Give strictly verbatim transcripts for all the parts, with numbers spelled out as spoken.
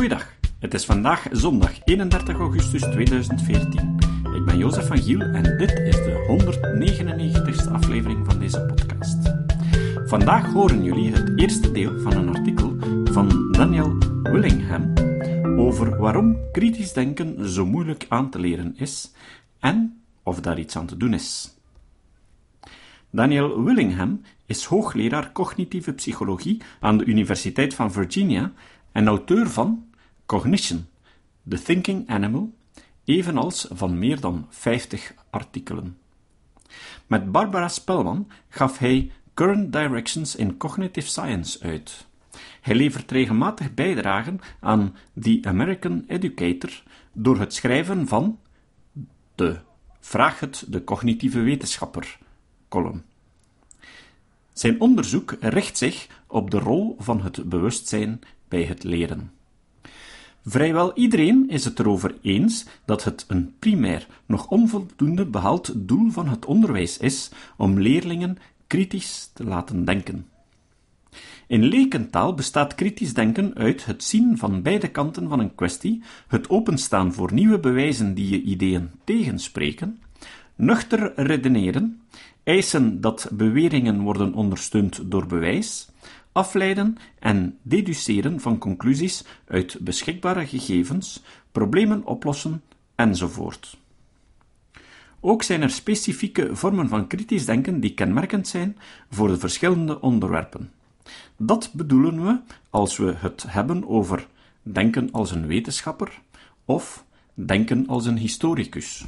Goeiedag, het is vandaag zondag eenendertig augustus tweeduizend veertien. Ik ben Jozef van Giel en dit is de honderdnegenennegentigste aflevering van deze podcast. Vandaag horen jullie het eerste deel van een artikel van Daniel Willingham over waarom kritisch denken zo moeilijk aan te leren is en of daar iets aan te doen is. Daniel Willingham is hoogleraar cognitieve psychologie aan de Universiteit van Virginia en auteur van Cognition, The Thinking Animal, evenals van meer dan vijftig artikelen. Met Barbara Spellman gaf hij Current Directions in Cognitive Science uit. Hij levert regelmatig bijdragen aan The American Educator door het schrijven van de Vraag het de cognitieve wetenschapper column. Zijn onderzoek richt zich op de rol van het bewustzijn bij het leren. Vrijwel iedereen is het erover eens dat het een primair, nog onvoldoende behaald doel van het onderwijs is om leerlingen kritisch te laten denken. In lekentaal bestaat kritisch denken uit het zien van beide kanten van een kwestie, het openstaan voor nieuwe bewijzen die je ideeën tegenspreken, nuchter redeneren, eisen dat beweringen worden ondersteund door bewijs, afleiden en deduceren van conclusies uit beschikbare gegevens, problemen oplossen, enzovoort. Ook zijn er specifieke vormen van kritisch denken die kenmerkend zijn voor de verschillende onderwerpen. Dat bedoelen we als we het hebben over denken als een wetenschapper of denken als een historicus.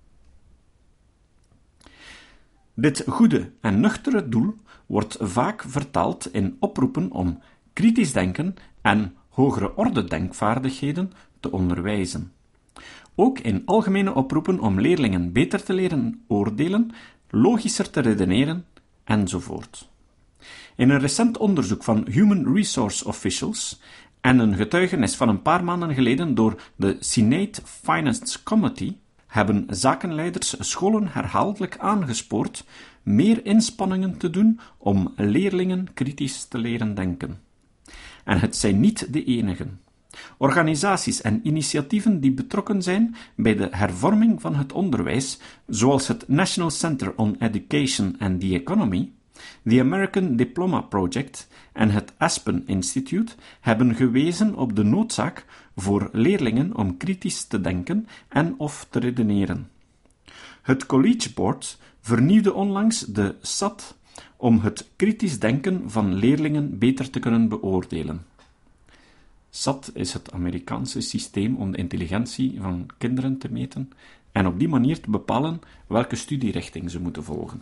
Dit goede en nuchtere doel wordt vaak vertaald in oproepen om kritisch denken en hogere orde denkvaardigheden te onderwijzen. Ook in algemene oproepen om leerlingen beter te leren oordelen, logischer te redeneren, enzovoort. In een recent onderzoek van Human Resource Officials en een getuigenis van een paar maanden geleden door de Senate Finance Committee hebben zakenleiders scholen herhaaldelijk aangespoord meer inspanningen te doen om leerlingen kritisch te leren denken. En het zijn niet de enigen. Organisaties en initiatieven die betrokken zijn bij de hervorming van het onderwijs, zoals het National Center on Education and the Economy, The American Diploma Project en het Aspen Institute, hebben gewezen op de noodzaak voor leerlingen om kritisch te denken en of te redeneren. Het College Board vernieuwde onlangs de S A T om het kritisch denken van leerlingen beter te kunnen beoordelen. S A T is het Amerikaanse systeem om de intelligentie van kinderen te meten en op die manier te bepalen welke studierichting ze moeten volgen.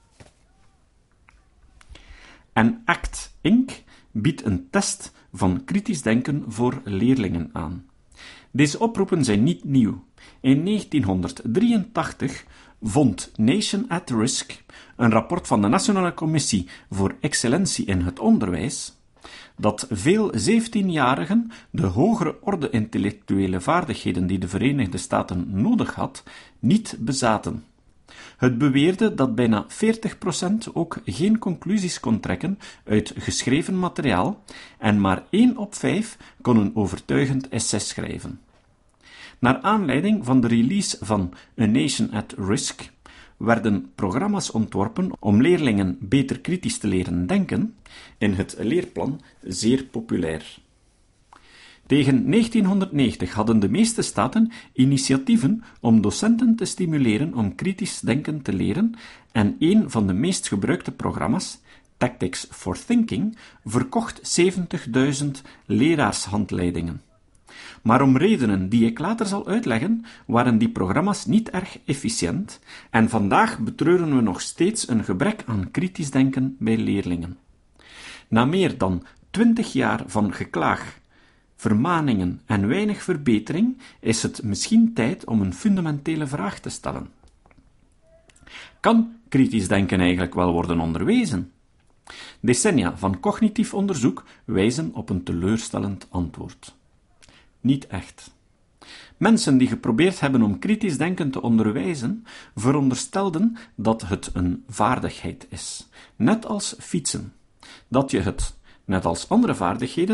En A C T Incorporated biedt een test van kritisch denken voor leerlingen aan. Deze oproepen zijn niet nieuw. In negentienhonderddrieëntachtig vond Nation at Risk, een rapport van de Nationale Commissie voor Excellentie in het Onderwijs, dat veel zeventienjarigen de hogere orde intellectuele vaardigheden die de Verenigde Staten nodig had, niet bezaten. Het beweerde dat bijna veertig procent ook geen conclusies kon trekken uit geschreven materiaal en maar één op vijf kon een overtuigend essay schrijven. Naar aanleiding van de release van A Nation at Risk werden programma's ontworpen om leerlingen beter kritisch te leren denken, in het leerplan zeer populair. Tegen negentienhonderdnegentig hadden de meeste staten initiatieven om docenten te stimuleren om kritisch denken te leren en een van de meest gebruikte programma's, Tactics for Thinking, verkocht zeventigduizend leraarshandleidingen. Maar om redenen die ik later zal uitleggen, waren die programma's niet erg efficiënt en vandaag betreuren we nog steeds een gebrek aan kritisch denken bij leerlingen. Na meer dan twintig jaar van geklaag, vermaningen en weinig verbetering is het misschien tijd om een fundamentele vraag te stellen. Kan kritisch denken eigenlijk wel worden onderwezen? Decennia van cognitief onderzoek wijzen op een teleurstellend antwoord. Niet echt. Mensen die geprobeerd hebben om kritisch denken te onderwijzen, veronderstelden dat het een vaardigheid is, net als fietsen. Dat je het, net als andere vaardigheden,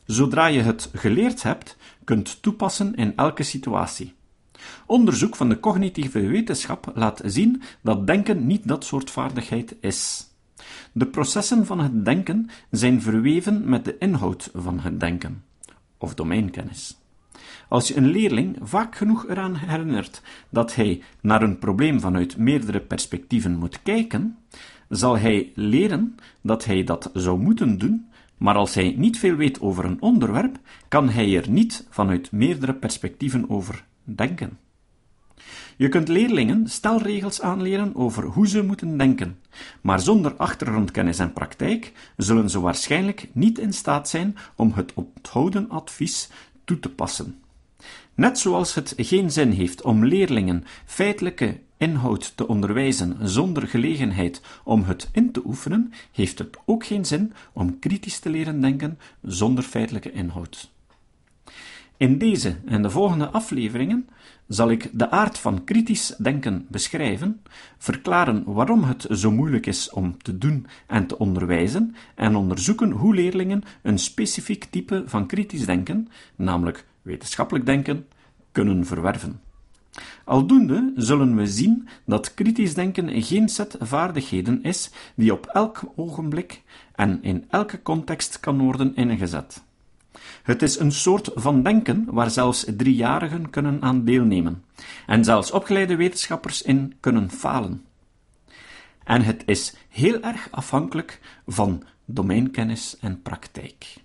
zodra je het geleerd hebt, kunt toepassen in elke situatie. Onderzoek van de cognitieve wetenschap laat zien dat denken niet dat soort vaardigheid is. De processen van het denken zijn verweven met de inhoud van het denken, of domeinkennis. Als je een leerling vaak genoeg eraan herinnert dat hij naar een probleem vanuit meerdere perspectieven moet kijken, zal hij leren dat hij dat zou moeten doen, maar als hij niet veel weet over een onderwerp, kan hij er niet vanuit meerdere perspectieven over denken. Je kunt leerlingen stelregels aanleren over hoe ze moeten denken, maar zonder achtergrondkennis en praktijk zullen ze waarschijnlijk niet in staat zijn om het onthouden advies toe te passen. Net zoals het geen zin heeft om leerlingen feitelijke inhoud te onderwijzen zonder gelegenheid om het in te oefenen, heeft het ook geen zin om kritisch te leren denken zonder feitelijke inhoud. In deze en de volgende afleveringen zal ik de aard van kritisch denken beschrijven, verklaren waarom het zo moeilijk is om te doen en te onderwijzen en onderzoeken hoe leerlingen een specifiek type van kritisch denken, namelijk wetenschappelijk denken, kunnen verwerven. Aldoende zullen we zien dat kritisch denken geen set vaardigheden is die op elk ogenblik en in elke context kan worden ingezet. Het is een soort van denken waar zelfs driejarigen kunnen aan deelnemen en zelfs opgeleide wetenschappers in kunnen falen. En het is heel erg afhankelijk van domeinkennis en praktijk.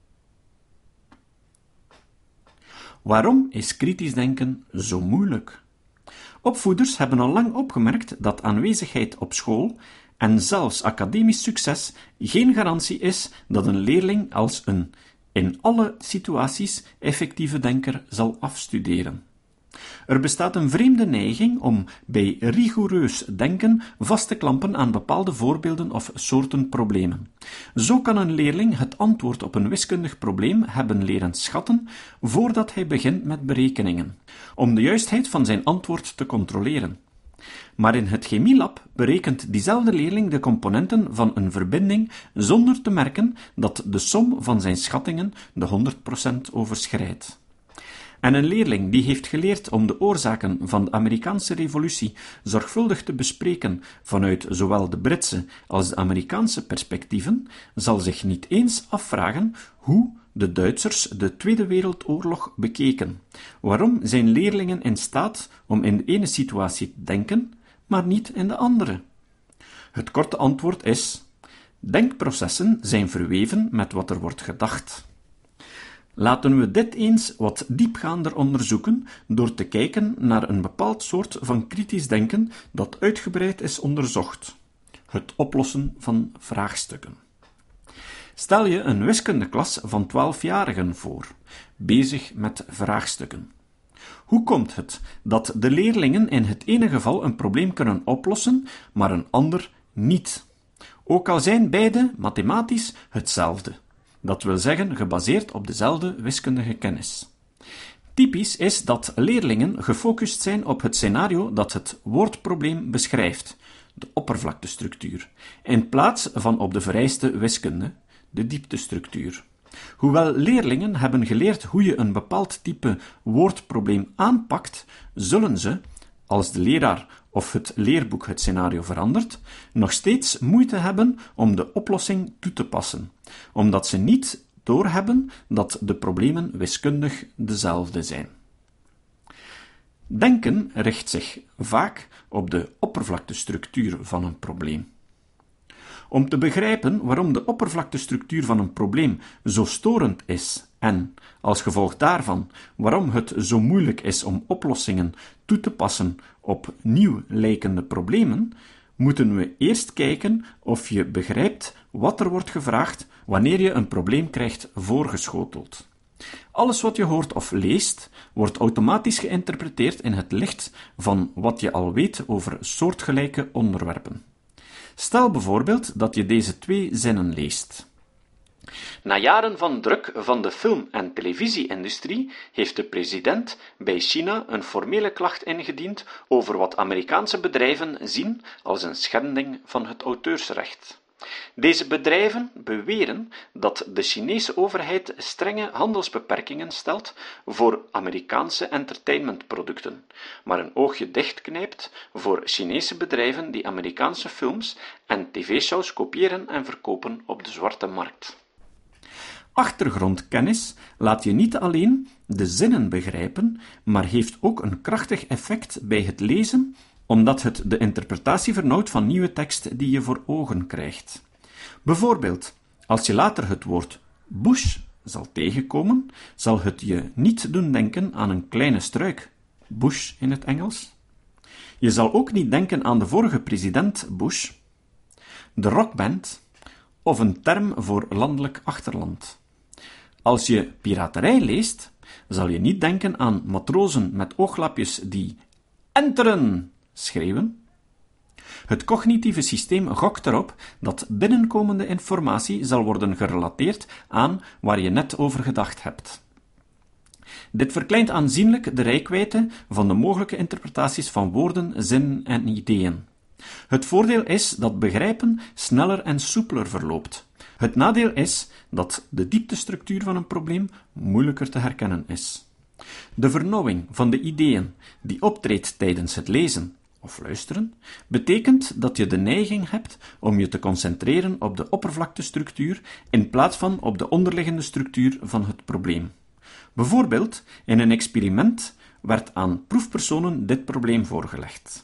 Waarom is kritisch denken zo moeilijk? Opvoeders hebben al lang opgemerkt dat aanwezigheid op school en zelfs academisch succes geen garantie is dat een leerling als een in alle situaties effectieve denker zal afstuderen. Er bestaat een vreemde neiging om bij rigoureus denken vast te klampen aan bepaalde voorbeelden of soorten problemen. Zo kan een leerling het antwoord op een wiskundig probleem hebben leren schatten voordat hij begint met berekeningen, om de juistheid van zijn antwoord te controleren. Maar in het chemielab berekent diezelfde leerling de componenten van een verbinding zonder te merken dat de som van zijn schattingen de honderd procent overschrijdt. En een leerling die heeft geleerd om de oorzaken van de Amerikaanse revolutie zorgvuldig te bespreken vanuit zowel de Britse als de Amerikaanse perspectieven, zal zich niet eens afvragen hoe de Duitsers de Tweede Wereldoorlog bekeken. Waarom zijn leerlingen in staat om in de ene situatie te denken, maar niet in de andere? Het korte antwoord is: denkprocessen zijn verweven met wat er wordt gedacht. Laten we dit eens wat diepgaander onderzoeken door te kijken naar een bepaald soort van kritisch denken dat uitgebreid is onderzocht: het oplossen van vraagstukken. Stel je een wiskundeklas van twaalfjarigen voor, bezig met vraagstukken. Hoe komt het dat de leerlingen in het ene geval een probleem kunnen oplossen, maar een ander niet? Ook al zijn beide mathematisch hetzelfde. Dat wil zeggen gebaseerd op dezelfde wiskundige kennis. Typisch is dat leerlingen gefocust zijn op het scenario dat het woordprobleem beschrijft, de oppervlaktestructuur, in plaats van op de vereiste wiskunde, de dieptestructuur. Hoewel leerlingen hebben geleerd hoe je een bepaald type woordprobleem aanpakt, zullen ze, als de leraar of het leerboek het scenario verandert, nog steeds moeite hebben om de oplossing toe te passen, omdat ze niet doorhebben dat de problemen wiskundig dezelfde zijn. Denken richt zich vaak op de oppervlaktestructuur van een probleem. Om te begrijpen waarom de oppervlaktestructuur van een probleem zo storend is en, als gevolg daarvan, waarom het zo moeilijk is om oplossingen toe te passen op nieuw lijkende problemen, moeten we eerst kijken of je begrijpt wat er wordt gevraagd wanneer je een probleem krijgt voorgeschoteld. Alles wat je hoort of leest, wordt automatisch geïnterpreteerd in het licht van wat je al weet over soortgelijke onderwerpen. Stel bijvoorbeeld dat je deze twee zinnen leest. Na jaren van druk van de film- en televisie-industrie heeft de president bij China een formele klacht ingediend over wat Amerikaanse bedrijven zien als een schending van het auteursrecht. Deze bedrijven beweren dat de Chinese overheid strenge handelsbeperkingen stelt voor Amerikaanse entertainmentproducten, maar een oogje dichtknijpt voor Chinese bedrijven die Amerikaanse films en tv-shows kopiëren en verkopen op de zwarte markt. Achtergrondkennis laat je niet alleen de zinnen begrijpen, maar heeft ook een krachtig effect bij het lezen, omdat het de interpretatie vernauwt van nieuwe tekst die je voor ogen krijgt. Bijvoorbeeld, als je later het woord bush zal tegenkomen, zal het je niet doen denken aan een kleine struik, bush in het Engels. Je zal ook niet denken aan de vorige president Bush, de rockband of een term voor landelijk achterland. Als je piraterij leest, zal je niet denken aan matrozen met ooglapjes die enteren schreeuwen. Het cognitieve systeem gokt erop dat binnenkomende informatie zal worden gerelateerd aan waar je net over gedacht hebt. Dit verkleint aanzienlijk de reikwijdte van de mogelijke interpretaties van woorden, zinnen en ideeën. Het voordeel is dat begrijpen sneller en soepeler verloopt. Het nadeel is dat de dieptestructuur van een probleem moeilijker te herkennen is. De vernauwing van de ideeën die optreedt tijdens het lezen of luisteren, betekent dat je de neiging hebt om je te concentreren op de oppervlaktestructuur in plaats van op de onderliggende structuur van het probleem. Bijvoorbeeld, in een experiment werd aan proefpersonen dit probleem voorgelegd.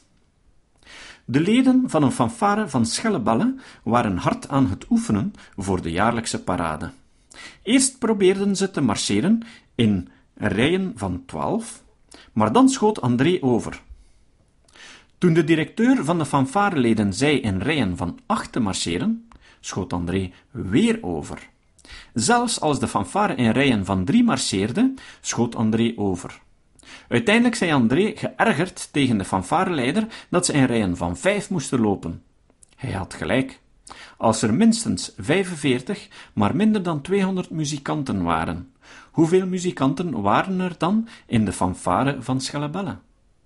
De leden van een fanfare van Schellebelle waren hard aan het oefenen voor de jaarlijkse parade. Eerst probeerden ze te marcheren in rijen van twaalf, maar dan schoot André over. Toen de directeur van de fanfareleden zei in rijen van acht te marcheren, schoot André weer over. Zelfs als de fanfare in rijen van drie marcheerde, schoot André over. Uiteindelijk zei André geërgerd tegen de fanfareleider dat ze in rijen van vijf moesten lopen. Hij had gelijk. Als er minstens vijfenveertig, maar minder dan tweehonderd muzikanten waren, hoeveel muzikanten waren er dan in de fanfare van Schellebelle?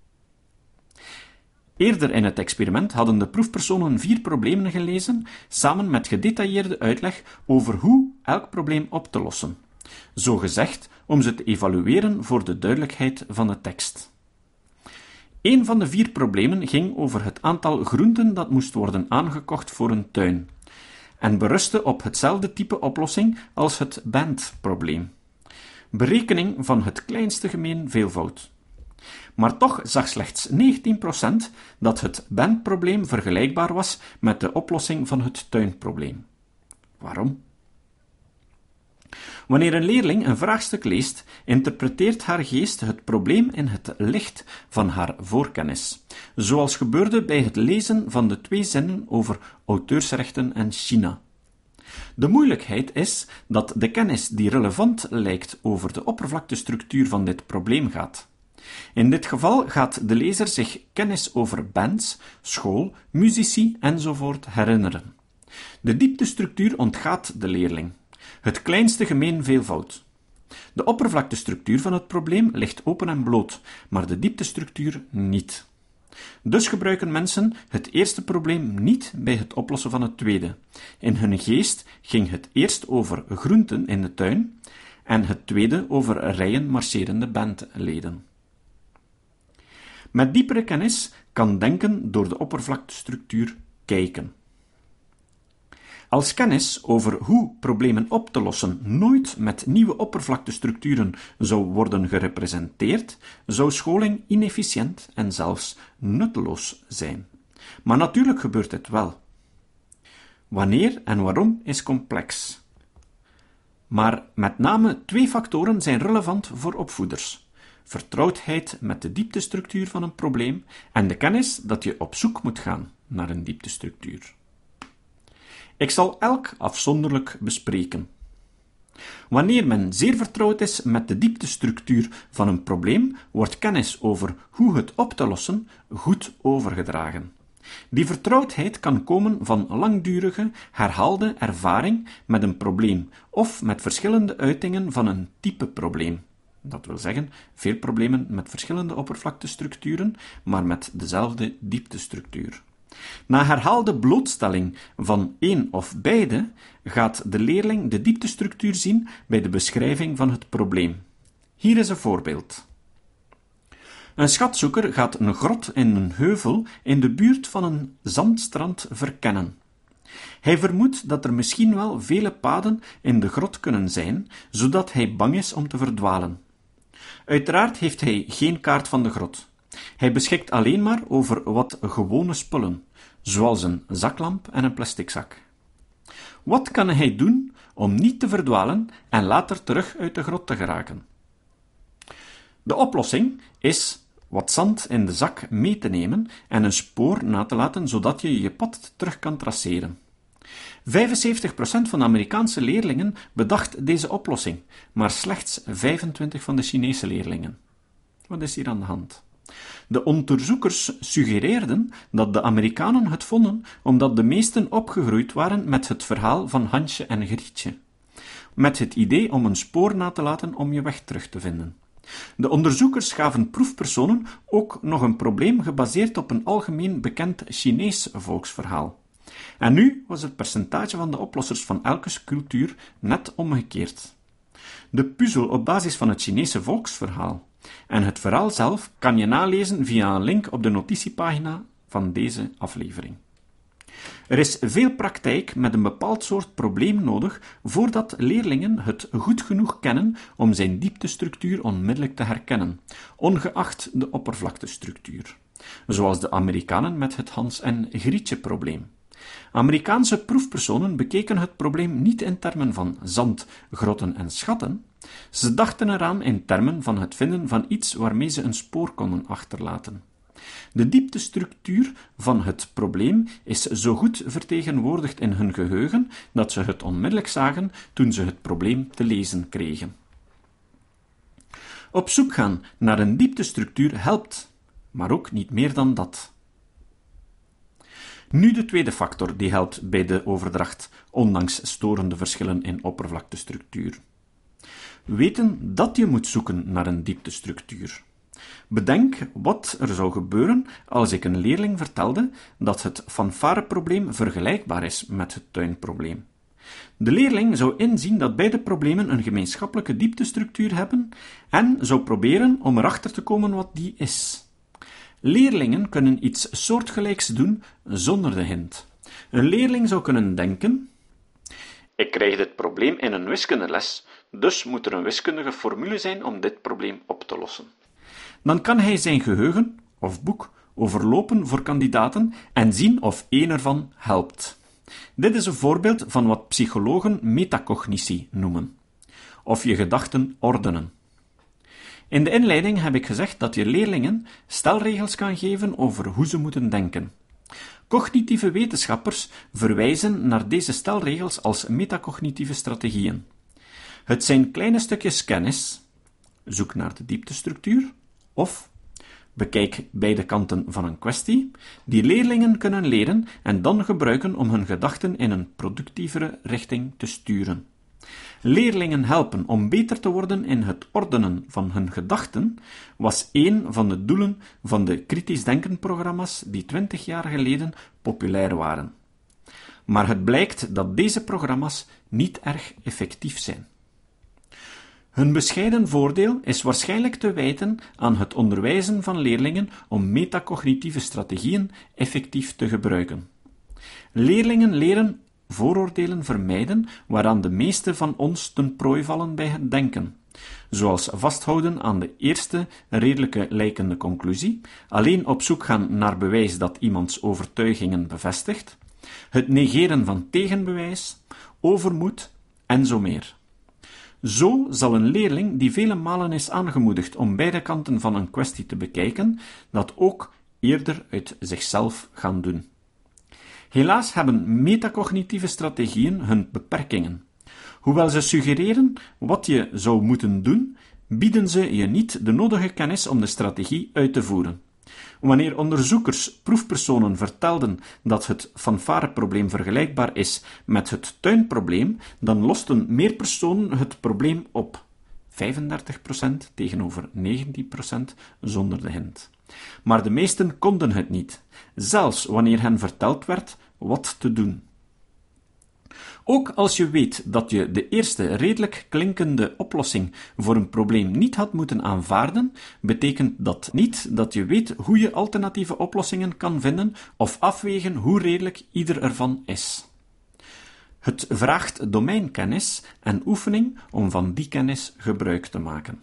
Eerder in het experiment hadden de proefpersonen vier problemen gelezen, samen met gedetailleerde uitleg over hoe elk probleem op te lossen. Zo gezegd, om ze te evalueren voor de duidelijkheid van de tekst. Een van de vier problemen ging over het aantal groenten dat moest worden aangekocht voor een tuin, en berustte op hetzelfde type oplossing als het bandprobleem. Berekening van het kleinste gemeen veelvoud. Maar toch zag slechts negentien procent dat het bandprobleem vergelijkbaar was met de oplossing van het tuinprobleem. Waarom? Wanneer een leerling een vraagstuk leest, interpreteert haar geest het probleem in het licht van haar voorkennis, zoals gebeurde bij het lezen van de twee zinnen over auteursrechten en China. De moeilijkheid is dat de kennis die relevant lijkt over de oppervlaktestructuur van dit probleem gaat. In dit geval gaat de lezer zich kennis over bands, school, muzici enzovoort herinneren. De dieptestructuur ontgaat de leerling. Het kleinste gemeen veelvoud. De oppervlaktestructuur van het probleem ligt open en bloot, maar de dieptestructuur niet. Dus gebruiken mensen het eerste probleem niet bij het oplossen van het tweede. In hun geest ging het eerst over groenten in de tuin en het tweede over rijen marcherende bandleden. Met diepere kennis kan denken door de oppervlaktestructuur kijken. Als kennis over hoe problemen op te lossen nooit met nieuwe oppervlaktestructuren zou worden gerepresenteerd, zou scholing inefficiënt en zelfs nutteloos zijn. Maar natuurlijk gebeurt dit wel. Wanneer en waarom is complex. Maar met name twee factoren zijn relevant voor opvoeders. Vertrouwdheid met de dieptestructuur van een probleem en de kennis dat je op zoek moet gaan naar een dieptestructuur. Ik zal elk afzonderlijk bespreken. Wanneer men zeer vertrouwd is met de dieptestructuur van een probleem, wordt kennis over hoe het op te lossen goed overgedragen. Die vertrouwdheid kan komen van langdurige, herhaalde ervaring met een probleem of met verschillende uitingen van een type probleem. Dat wil zeggen, veel problemen met verschillende oppervlaktestructuren, maar met dezelfde dieptestructuur. Na herhaalde blootstelling van één of beide gaat de leerling de dieptestructuur zien bij de beschrijving van het probleem. Hier is een voorbeeld. Een schatzoeker gaat een grot in een heuvel in de buurt van een zandstrand verkennen. Hij vermoedt dat er misschien wel vele paden in de grot kunnen zijn, zodat hij bang is om te verdwalen. Uiteraard heeft hij geen kaart van de grot. Hij beschikt alleen maar over wat gewone spullen, zoals een zaklamp en een plastic zak. Wat kan hij doen om niet te verdwalen en later terug uit de grot te geraken? De oplossing is wat zand in de zak mee te nemen en een spoor na te laten, zodat je je pad terug kan traceren. vijfenzeventig procent van de Amerikaanse leerlingen bedacht deze oplossing, maar slechts vijfentwintig van de Chinese leerlingen. Wat is hier aan de hand? De onderzoekers suggereerden dat de Amerikanen het vonden omdat de meesten opgegroeid waren met het verhaal van Hansje en Grietje, met het idee om een spoor na te laten om je weg terug te vinden. De onderzoekers gaven proefpersonen ook nog een probleem gebaseerd op een algemeen bekend Chinees volksverhaal. En nu was het percentage van de oplossers van elke cultuur net omgekeerd. De puzzel op basis van het Chinese volksverhaal en het verhaal zelf kan je nalezen via een link op de notitiepagina van deze aflevering. Er is veel praktijk met een bepaald soort probleem nodig voordat leerlingen het goed genoeg kennen om zijn dieptestructuur onmiddellijk te herkennen, ongeacht de oppervlaktestructuur, zoals de Amerikanen met het Hans- en Grietje-probleem. Amerikaanse proefpersonen bekeken het probleem niet in termen van zand, grotten en schatten. Ze dachten eraan in termen van het vinden van iets waarmee ze een spoor konden achterlaten. De dieptestructuur van het probleem is zo goed vertegenwoordigd in hun geheugen dat ze het onmiddellijk zagen toen ze het probleem te lezen kregen. Op zoek gaan naar een dieptestructuur helpt, maar ook niet meer dan dat. Nu de tweede factor die helpt bij de overdracht, ondanks storende verschillen in oppervlaktestructuur. Weten dat je moet zoeken naar een dieptestructuur. Bedenk wat er zou gebeuren als ik een leerling vertelde dat het fanfareprobleem vergelijkbaar is met het tuinprobleem. De leerling zou inzien dat beide problemen een gemeenschappelijke dieptestructuur hebben en zou proberen om erachter te komen wat die is. Leerlingen kunnen iets soortgelijks doen zonder de hint. Een leerling zou kunnen denken: ik krijg dit probleem in een wiskundeles, dus moet er een wiskundige formule zijn om dit probleem op te lossen. Dan kan hij zijn geheugen of boek overlopen voor kandidaten en zien of één ervan helpt. Dit is een voorbeeld van wat psychologen metacognitie noemen, of je gedachten ordenen. In de inleiding heb ik gezegd dat je leerlingen stelregels kan geven over hoe ze moeten denken. Cognitieve wetenschappers verwijzen naar deze stelregels als metacognitieve strategieën. Het zijn kleine stukjes kennis, zoek naar de dieptestructuur, of bekijk beide kanten van een kwestie, die leerlingen kunnen leren en dan gebruiken om hun gedachten in een productievere richting te sturen. Leerlingen helpen om beter te worden in het ordenen van hun gedachten was één van de doelen van de kritisch denken-programma's die twintig jaar geleden populair waren. Maar het blijkt dat deze programma's niet erg effectief zijn. Hun bescheiden voordeel is waarschijnlijk te wijten aan het onderwijzen van leerlingen om metacognitieve strategieën effectief te gebruiken. Leerlingen leren vooroordelen vermijden waaraan de meeste van ons ten prooi vallen bij het denken, zoals vasthouden aan de eerste redelijke lijkende conclusie, alleen op zoek gaan naar bewijs dat iemands overtuigingen bevestigt, het negeren van tegenbewijs, overmoed en zo meer. Zo zal een leerling die vele malen is aangemoedigd om beide kanten van een kwestie te bekijken, dat ook eerder uit zichzelf gaan doen. Helaas hebben metacognitieve strategieën hun beperkingen. Hoewel ze suggereren wat je zou moeten doen, bieden ze je niet de nodige kennis om de strategie uit te voeren. Wanneer onderzoekers proefpersonen vertelden dat het fanfareprobleem vergelijkbaar is met het tuinprobleem, dan losten meer personen het probleem op. vijfendertig procent tegenover negentien procent zonder de hint. Maar de meesten konden het niet, zelfs wanneer hen verteld werd wat te doen. Ook als je weet dat je de eerste redelijk klinkende oplossing voor een probleem niet had moeten aanvaarden, betekent dat niet dat je weet hoe je alternatieve oplossingen kan vinden of afwegen hoe redelijk ieder ervan is. Het vraagt domeinkennis en oefening om van die kennis gebruik te maken.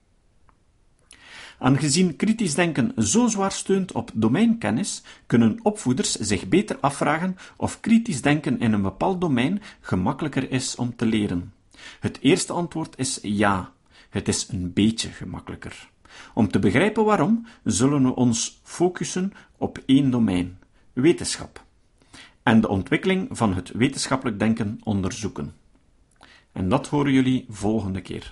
Aangezien kritisch denken zo zwaar steunt op domeinkennis, kunnen opvoeders zich beter afvragen of kritisch denken in een bepaald domein gemakkelijker is om te leren. Het eerste antwoord is ja, het is een beetje gemakkelijker. Om te begrijpen waarom, zullen we ons focussen op één domein, wetenschap, en de ontwikkeling van het wetenschappelijk denken onderzoeken. En dat horen jullie volgende keer.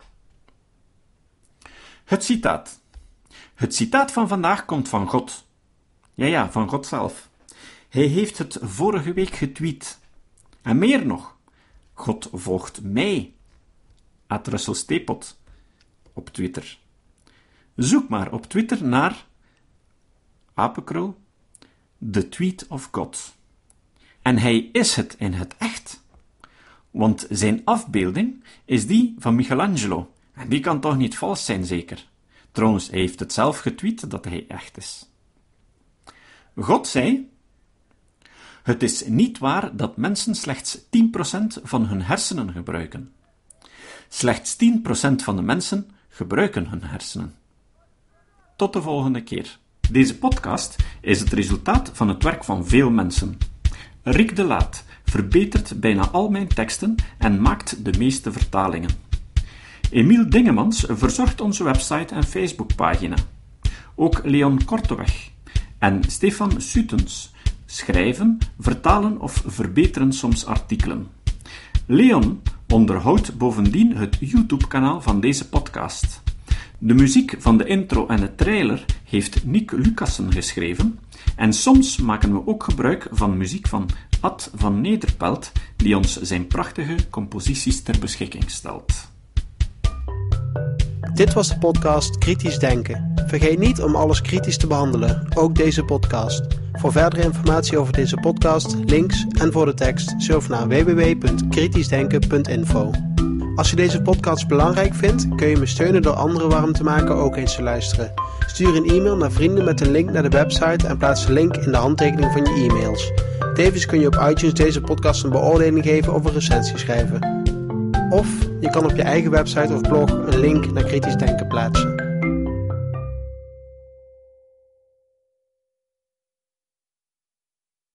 Het citaat. Het citaat van vandaag komt van God. Ja, ja, van God zelf. Hij heeft het vorige week getweet. En meer nog. God volgt mij. At Russell Stepot. Op Twitter. Zoek maar op Twitter naar apenkrul, The Tweet of God. En hij is het in het echt. Want zijn afbeelding is die van Michelangelo. En die kan toch niet vals zijn, zeker? Trouwens, hij heeft het zelf getweet dat hij echt is. God zei: het is niet waar dat mensen slechts tien procent van hun hersenen gebruiken. Slechts tien procent van de mensen gebruiken hun hersenen. Tot de volgende keer. Deze podcast is het resultaat van het werk van veel mensen. Rick de Laat verbetert bijna al mijn teksten en maakt de meeste vertalingen. Emiel Dingemans verzorgt onze website en Facebookpagina. Ook Leon Korteweg en Stefan Sutens schrijven, vertalen of verbeteren soms artikelen. Leon onderhoudt bovendien het YouTube-kanaal van deze podcast. De muziek van de intro en de trailer heeft Nick Lucassen geschreven en soms maken we ook gebruik van muziek van Ad van Nederpelt, die ons zijn prachtige composities ter beschikking stelt. Dit was de podcast Kritisch Denken. Vergeet niet om alles kritisch te behandelen, ook deze podcast. Voor verdere informatie over deze podcast, links en voor de tekst, surf naar w w w punt kritisch denken punt info. Als je deze podcast belangrijk vindt, kun je me steunen door anderen warm te maken ook eens te luisteren. Stuur een e-mail naar vrienden met een link naar de website en plaats de link in de handtekening van je e-mails. Tevens kun je op iTunes deze podcast een beoordeling geven of een recensie schrijven. Of je kan op je eigen website of blog een link naar Kritisch Denken plaatsen.